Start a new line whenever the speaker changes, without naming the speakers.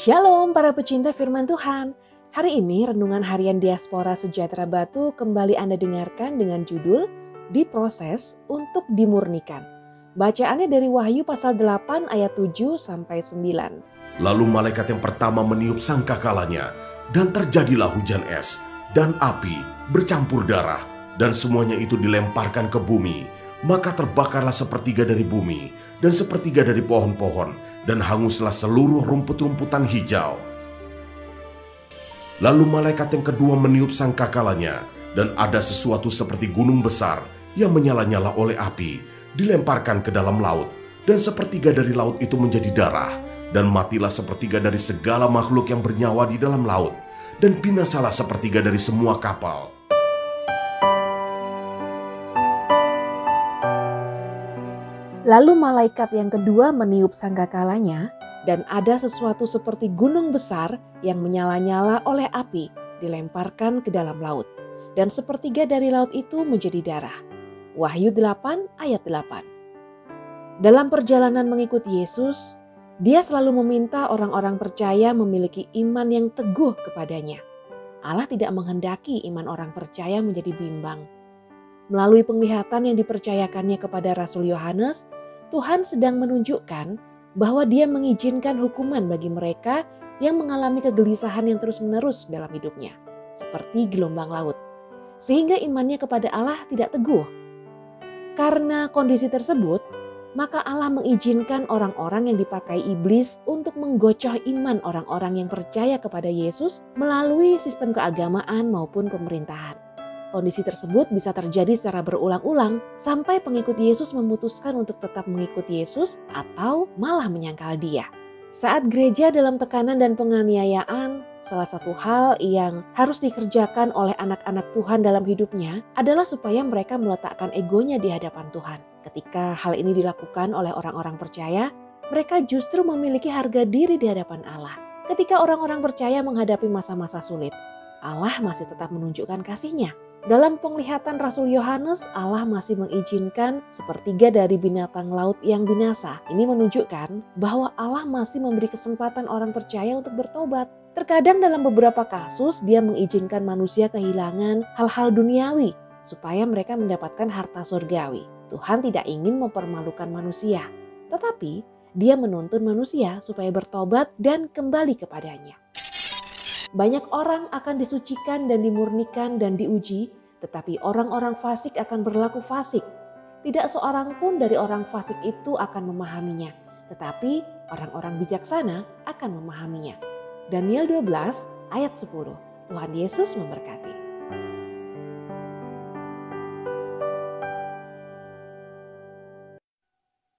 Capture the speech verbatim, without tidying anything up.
Shalom para pecinta firman Tuhan. Hari ini renungan harian Diaspora Sejahtera Batu kembali Anda dengarkan dengan judul Diproses untuk Dimurnikan. Bacaannya dari Wahyu pasal delapan ayat tujuh sampai sembilan.
Lalu malaikat yang pertama meniup sangkakalanya, dan terjadilah hujan es dan api bercampur darah, dan semuanya itu dilemparkan ke bumi. Maka terbakarlah sepertiga dari bumi dan sepertiga dari pohon-pohon, dan hanguslah seluruh rumput-rumputan hijau. Lalu malaikat yang kedua meniup sangkakalanya, dan ada sesuatu seperti gunung besar yang menyala-nyala oleh api, dilemparkan ke dalam laut, dan sepertiga dari laut itu menjadi darah, dan matilah sepertiga dari segala makhluk yang bernyawa di dalam laut, dan binasalah sepertiga dari semua kapal.
Lalu malaikat yang kedua meniup sangkakalanya, dan ada sesuatu seperti gunung besar yang menyala-nyala oleh api dilemparkan ke dalam laut, dan sepertiga dari laut itu menjadi darah. Wahyu delapan ayat delapan. Dalam perjalanan mengikuti Yesus, dia selalu meminta orang-orang percaya memiliki iman yang teguh kepadanya. Allah tidak menghendaki iman orang percaya menjadi bimbang. Melalui penglihatan yang dipercayakannya kepada Rasul Yohanes, Tuhan sedang menunjukkan bahwa Dia mengizinkan hukuman bagi mereka yang mengalami kegelisahan yang terus-menerus dalam hidupnya, seperti gelombang laut, sehingga imannya kepada Allah tidak teguh. Karena kondisi tersebut, maka Allah mengizinkan orang-orang yang dipakai iblis untuk menggocoh iman orang-orang yang percaya kepada Yesus melalui sistem keagamaan maupun pemerintahan. Kondisi tersebut bisa terjadi secara berulang-ulang sampai pengikut Yesus memutuskan untuk tetap mengikuti Yesus atau malah menyangkal Dia. Saat gereja dalam tekanan dan penganiayaan, salah satu hal yang harus dikerjakan oleh anak-anak Tuhan dalam hidupnya adalah supaya mereka meletakkan egonya di hadapan Tuhan. Ketika hal ini dilakukan oleh orang-orang percaya, mereka justru memiliki harga diri di hadapan Allah. Ketika orang-orang percaya menghadapi masa-masa sulit, Allah masih tetap menunjukkan kasih-Nya. Dalam penglihatan Rasul Yohanes, Allah masih mengizinkan sepertiga dari binatang laut yang binasa. Ini menunjukkan bahwa Allah masih memberi kesempatan orang percaya untuk bertobat. Terkadang dalam beberapa kasus, Dia mengizinkan manusia kehilangan hal-hal duniawi supaya mereka mendapatkan harta surgawi. Tuhan tidak ingin mempermalukan manusia, tetapi Dia menuntun manusia supaya bertobat dan kembali kepadanya. Banyak orang akan disucikan dan dimurnikan dan diuji, tetapi orang-orang fasik akan berlaku fasik. Tidak seorang pun dari orang fasik itu akan memahaminya, tetapi orang-orang bijaksana akan memahaminya. Daniel dua belas ayat sepuluh. Tuhan Yesus memberkati.